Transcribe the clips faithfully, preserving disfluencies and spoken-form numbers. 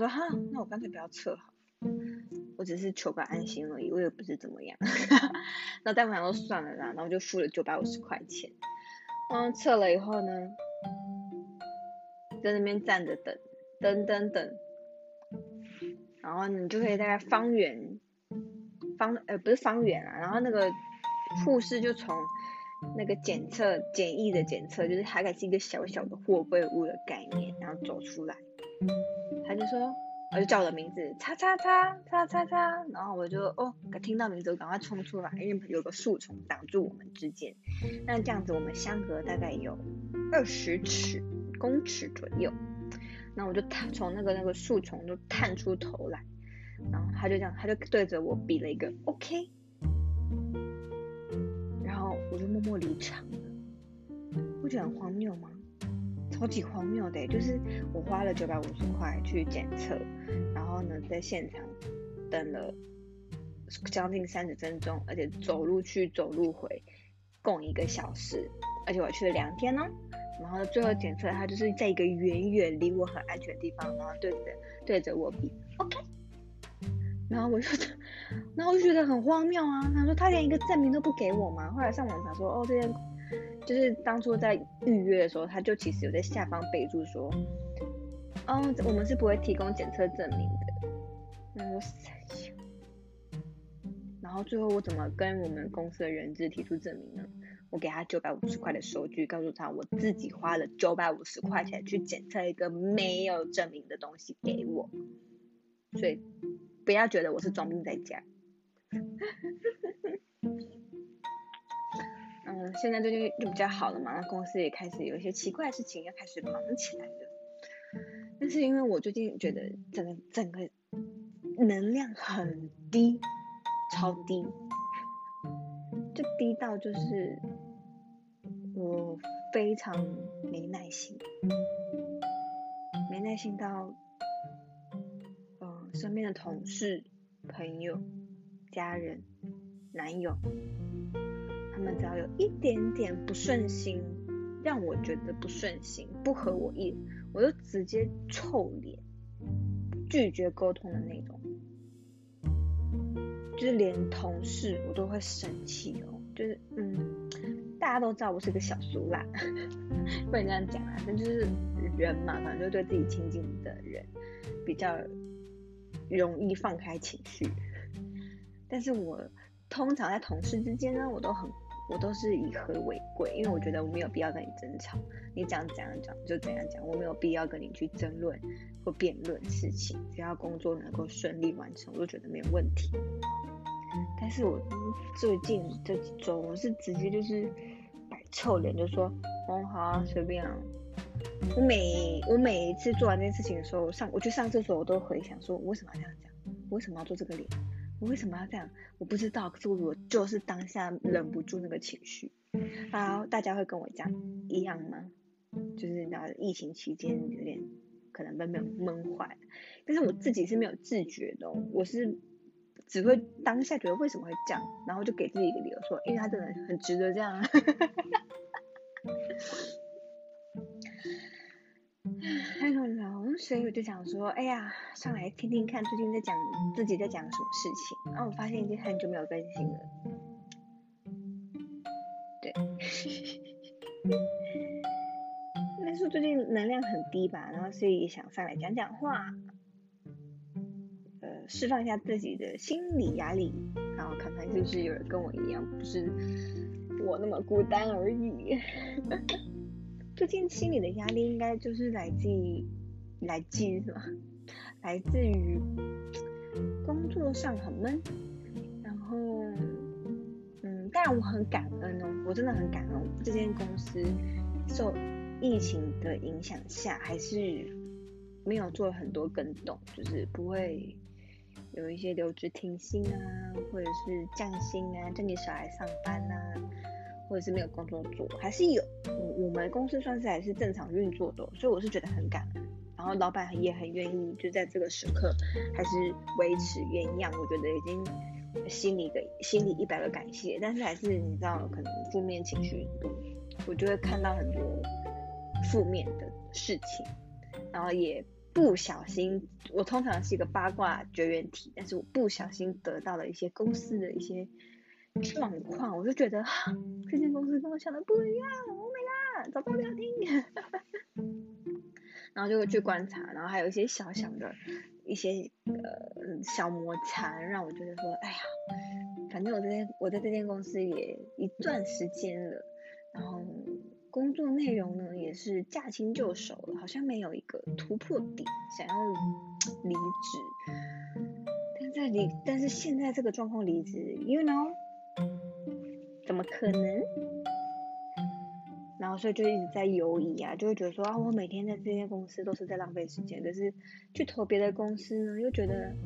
说哈，那我干脆不要测好，我只是求个安心而已，我也不是怎么样。那大夫想说算了啦，然后我就付了九百五十块钱。嗯，测了以后呢，在那边站着等，等等等，然后你就可以大概方圆，方呃不是方圆啊，然后那个护士就从那个检测简易的检测，就是它还是一个小小的货柜屋的概念，然后走出来，他就说，我就叫我的名字，叉叉叉叉叉叉，然后我就哦，听到名字我赶快冲出来，因为有个树丛挡住我们之间，那这样子我们相隔大概有二十尺公尺左右，那我就探从那个那个树丛就探出头来，然后他就这样，他就对着我比了一个 OK， 然后我就默默离场了，不觉得很荒谬吗？超级荒谬的，就是我花了九百五十块去检测，然后呢，在现场等了将近三十分钟，而且走路去走路回，共一个小时，而且我去了两天哦。然后最后检测，他就是在一个远远离我很安全的地方，然后对着对着我比 OK， 然后我就，然后我就觉得很荒谬啊。他说他连一个证明都不给我嘛。后来上网查说，哦，这件。就是当初在预约的时候，他就其实有在下方备注说，哦，我们是不会提供检测证明的。嗯，我然后最后我怎么跟我们公司的人资提出证明呢？我给他九百五十块的收据，告诉他我自己花了九百五十块钱去检测一个没有证明的东西给我，所以不要觉得我是装病在家。嗯，现在最近就比较好了嘛，那公司也开始有一些奇怪的事情要开始忙起来了。但是因为我最近觉得整个整个能量很低，超低，就低到就是我非常没耐心，没耐心到，呃，身边的同事、朋友、家人、男友。他们只要有一点点不顺心，让我觉得不顺心、不合我意，我就直接臭脸，拒绝沟通的那种。就是连同事我都会生气哦，就是嗯，大家都知道我是个小俗辣，不能这样讲啦，但就是人嘛，反正就对自己亲近的人比较容易放开情绪。但是我通常在同事之间呢，我都很。我都是以和为贵，因为我觉得我没有必要跟你争吵，你讲怎样讲就怎样讲，我没有必要跟你去争论或辩论事情，只要工作能够顺利完成，我就觉得没有问题。但是我最近这几周，我是直接就是摆臭脸，就说哦好啊，随便啊。我每我每一次做完这件事情的时候，上我去上厕所，我都回想说，我为什么要这样讲？我为什么要做这个脸？我为什么要这样？我不知道，可是我就是当下忍不住那个情绪。然后大家会跟我讲一样吗？就是你知道疫情期间有点可能被闷坏，但是我自己是没有自觉的、哦，我是只会当下觉得为什么会这样，然后就给自己一个理由说，因为他真的很值得这样、啊。I don't know，所以我就想说，哎呀，上来听听看，最近在讲自己在讲什么事情。然后我发现已经很久没有更新了，对，应该是最近能量很低吧，然后所以想上来讲讲话，呃，释放一下自己的心理压力，然后看看是不是有人跟我一样，不是我那么孤单而已。最近心理的压力应该就是来自于来自于什么？来自于工作上很闷，然后嗯，当然我很感恩哦，我真的很感恩这间公司受疫情的影响下，还是没有做很多更动，就是不会有一些留职停薪啊，或者是降薪啊，叫你少来上班啊。或者是没有工作做，还是有，我们公司算是还是正常运作的，所以我是觉得很感恩。然后老板也很愿意，就在这个时刻还是维持原样，我觉得已经心里的心里一百个感谢。但是还是你知道，可能负面情绪很多，我就会看到很多负面的事情，然后也不小心，我通常是一个八卦绝缘体，但是我不小心得到了一些公司的一些状况，我就觉得这间公司跟我想的不一样 ，Oh my god，早知道不要听。然后就会去观察，然后还有一些小小的一些呃小摩擦，让我觉得说，哎呀，反正我这间我在这间公司也一段时间了，然后工作内容呢也是驾轻就熟了，好像没有一个突破点，想要离职。但在离，但是现在这个状况离职 ，you know， 怎么可能？然后所以就一直在犹疑啊，就会觉得说啊，我每天在这间公司都是在浪费时间，可是去投别的公司呢，又觉得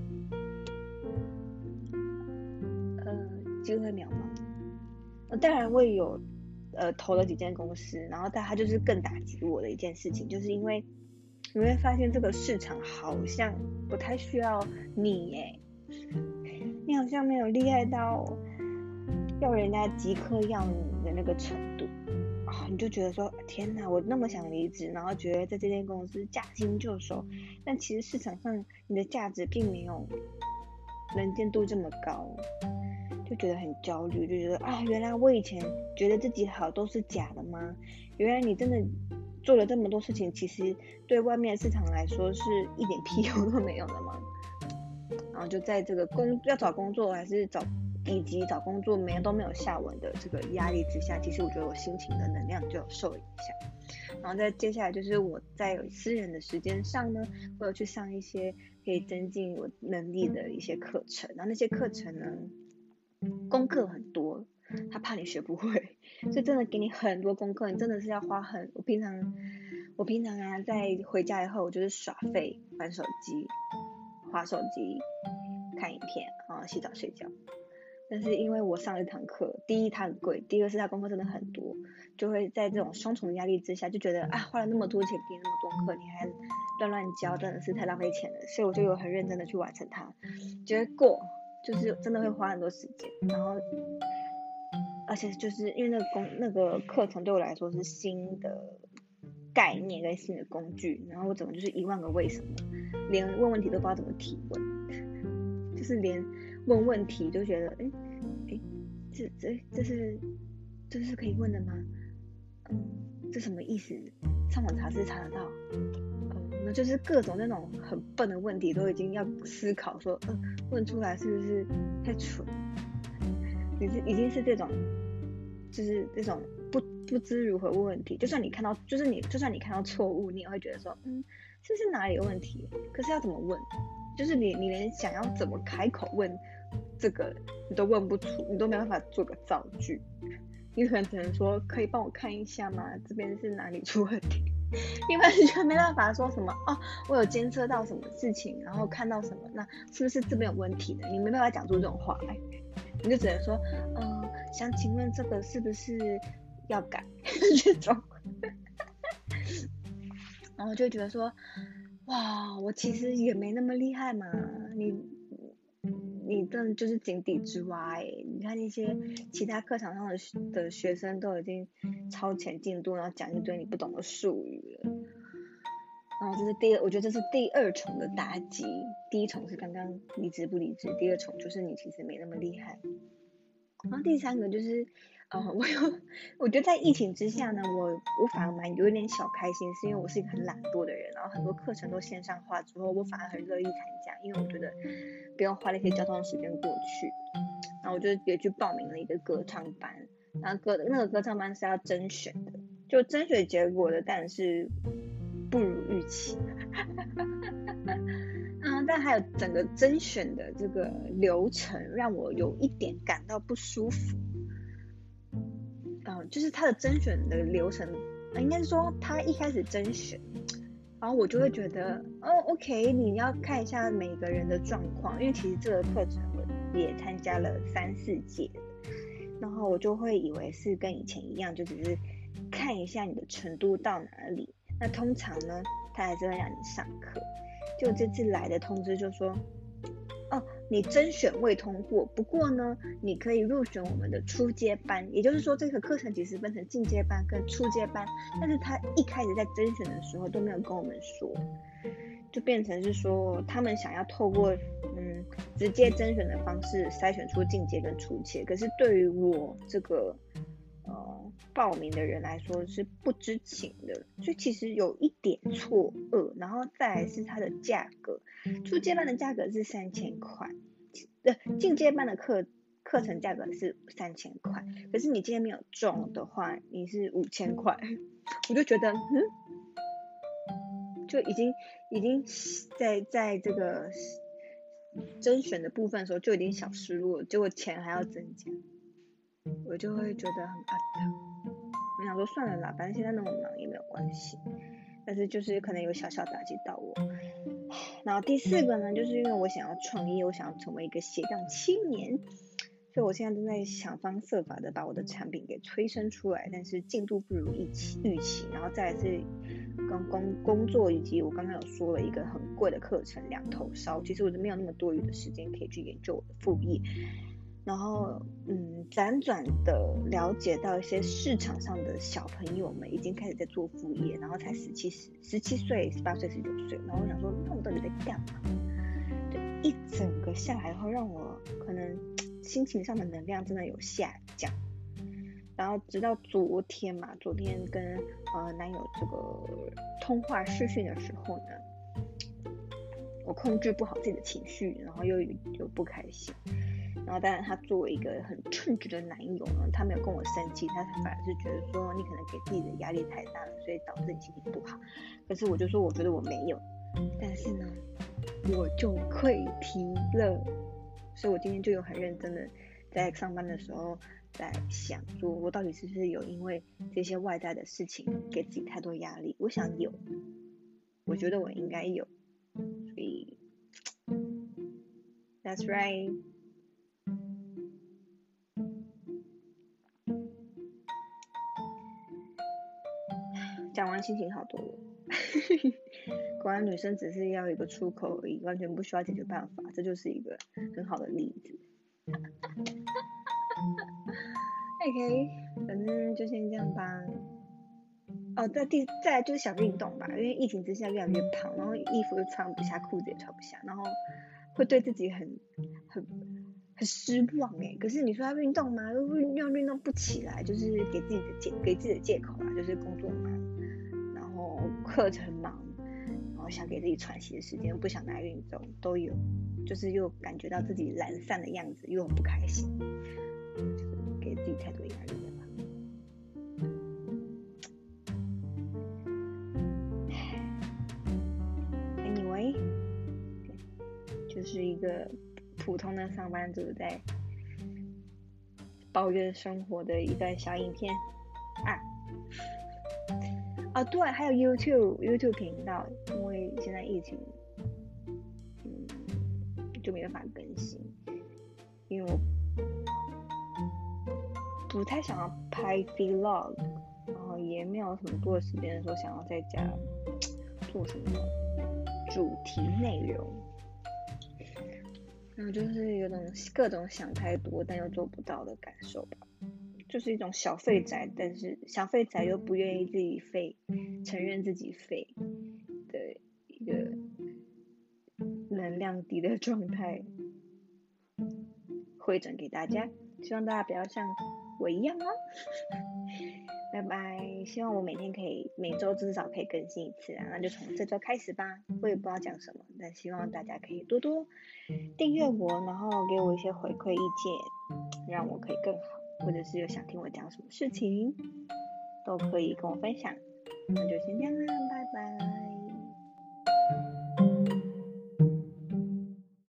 呃机会渺茫。呃，当然我也有呃投了几间公司，然后但它就是更打击我的一件事情，就是因为你会发现这个市场好像不太需要你耶，你好像没有厉害到要人家即刻要你的那个程度。你就觉得说天哪，我那么想离职，然后觉得在这间公司驾轻就熟，但其实市场上你的价值并没有能见度这么高，就觉得很焦虑，就觉得啊，原来我以前觉得自己好都是假的吗？原来你真的做了这么多事情，其实对外面市场来说是一点屁用都没有的吗？然后就在这个工要找工作还是找以及找工作没都没有下文的这个压力之下，其实我觉得我心情的能量就有受影响。然后再接下来就是我在有私人的时间上呢，我有去上一些可以增进我能力的一些课程，然后那些课程呢功课很多，他怕你学不会，所以真的给你很多功课，你真的是要花很我平常我平常啊在回家以后我就是耍废玩手机滑手机看影片然后洗澡睡觉。但是因为我上一堂课，第一它很贵，第二是它功课真的很多，就会在这种双重压力之下，就觉得啊花了那么多钱给那么多课，你还乱乱教，真的是太浪费钱了，所以我就有很认真的去完成它。结果就是真的会花很多时间，然后而且就是因为那个工那个课程对我来说是新的概念跟新的工具，然后我整个就是一万个为什么，连问问题都不知道怎么提问，就是连问问题就觉得，哎哎，这这这是这是可以问的吗？嗯，这什么意思？上网查是查得到。嗯，那就是各种那种很笨的问题都已经要思考说，嗯、呃，问出来是不是太蠢？已经已经是这种，就是这种不不知如何问问题。就算你看到，就是你就算你看到错误，你也会觉得说，嗯，这是哪里有问题？可是要怎么问？就是你你连想要怎么开口问这个你都问不出，你都没办法做个造句，你可能只能说可以帮我看一下吗？这边是哪里出问题？你完全没办法说什么哦，我有监测到什么事情，然后看到什么，那是不是这边有问题的？你没办法讲出这种话来，你就只能说，嗯、呃，想请问这个是不是要改这种，然后就觉得说。哇，我其实也没那么厉害嘛，你你真的就是井底之蛙哎！你看那些其他课堂上的的学生都已经超前进度，然后讲一堆你不懂的术语了。然后这是第二，我觉得这是第二重的打击。第一重是刚刚离职不离职，第二重就是你其实没那么厉害。然后第三个就是。呃，我有，我觉得在疫情之下呢，我我反而蛮有一点小开心，是因为我是一个很懒惰的人，然后很多课程都线上化之后，我反而很乐意参加，因为我觉得不用花那些交通时间过去。然后我就也去报名了一个歌唱班，然后歌那个歌唱班是要甄选的，就甄选结果的但是不如预期。嗯，但还有整个甄选的这个流程让我有一点感到不舒服。嗯，就是他的甄选的流程，应该是说他一开始甄选，然后我就会觉得，哦 ，OK， 你要看一下每个人的状况，因为其实这个课程我也参加了三四届，然后我就会以为是跟以前一样，就只是看一下你的程度到哪里。那通常呢，他还是会让你上课。就这次来的通知就说。哦，你甄选未通过，不过呢，你可以入选我们的初阶班，也就是说，这个课程其实分成进阶班跟初阶班，但是他一开始在甄选的时候都没有跟我们说， 就变成是说，他们想要透过嗯直接甄选的方式筛选出进阶跟初阶，可是对于我这个呃报名的人来说是不知情的，所以其实有一点错愕。然后再来是它的价格，初阶班的价格是三千块，呃，进阶班的课课程价格是三千块，可是你今天没有中的话，你是五千块，我就觉得嗯。就已经已经在在这个甄选的部分的时候就已经小失落了，结果钱还要增加，我就会觉得很阿杂。我想说算了啦，反正现在那么忙也没有关系，但是就是可能有小小打击到我。然后第四个呢，就是因为我想要创业，我想要成为一个斜杠青年，所以我现在正在想方设法的把我的产品给催生出来，但是进度不如预期预期，然后再来是跟工工作以及我刚刚有说了一个很贵的课程两头烧，其实我就没有那么多余的时间可以去研究我的副业。然后嗯，辗转的了解到一些市场上的小朋友们已经开始在做副业，然后才十七十十七岁、十八岁、十九岁，然后我想说，那我到底在干嘛？就一整个下来后，让我可能心情上的能量真的有下降。然后直到昨天嘛，昨天跟呃男友这个通话视讯的时候呢，我控制不好自己的情绪，然后又有不开心。然后当然他作为一个很称职的男友呢，他没有跟我生气，他反而是觉得说你可能给自己的压力太大了，所以导致你心情不好。可是我就说我觉得我没有，但是呢我就溃堤了，所以我今天就有很认真的在上班的时候在想说我到底是不是有因为这些外在的事情给自己太多压力。我想有，我觉得我应该有，所以 That's right。讲完心情好多了果然女生只是要一个出口而已，完全不需要解决办法，这就是一个很好的例子OK， 反正就先这样吧。哦，再第再来就是想运动吧，因为疫情之下越来越胖，然后衣服又穿不下，裤子也穿不下，然后会对自己很很很失望哎。可是你说要运动吗？又又运动不起来，就是给自己的借给自己的借口啦，就是工作忙，然后课程忙，然后想给自己喘息的时间，不想来运动，都有，就是又感觉到自己懒散的样子，又很不开心，就是给自己太多压力了吧。Anyway， 就是一个普通的上班族在抱怨生活的一段小影片啊。哦，对，还有 YouTube YouTube 频道，因为现在疫情，嗯，就没办法更新，因为我不太想要拍 Vlog， 然后也没有什么多的时间说想要在家做什么主题内容，然后就是有种各种想太多但又做不到的感受吧。就是一种小废宅，但是小废宅又不愿意自己废，承认自己废的一个能量低的状态，汇整给大家，希望大家不要像我一样哦。拜拜，希望我每天可以每周至少可以更新一次啊，那就从这周开始吧。我也不知道讲什么，但希望大家可以多多订阅我，然后给我一些回馈意见，让我可以更好。或者是有想听我讲什么事情，都可以跟我分享。那就先这样啦。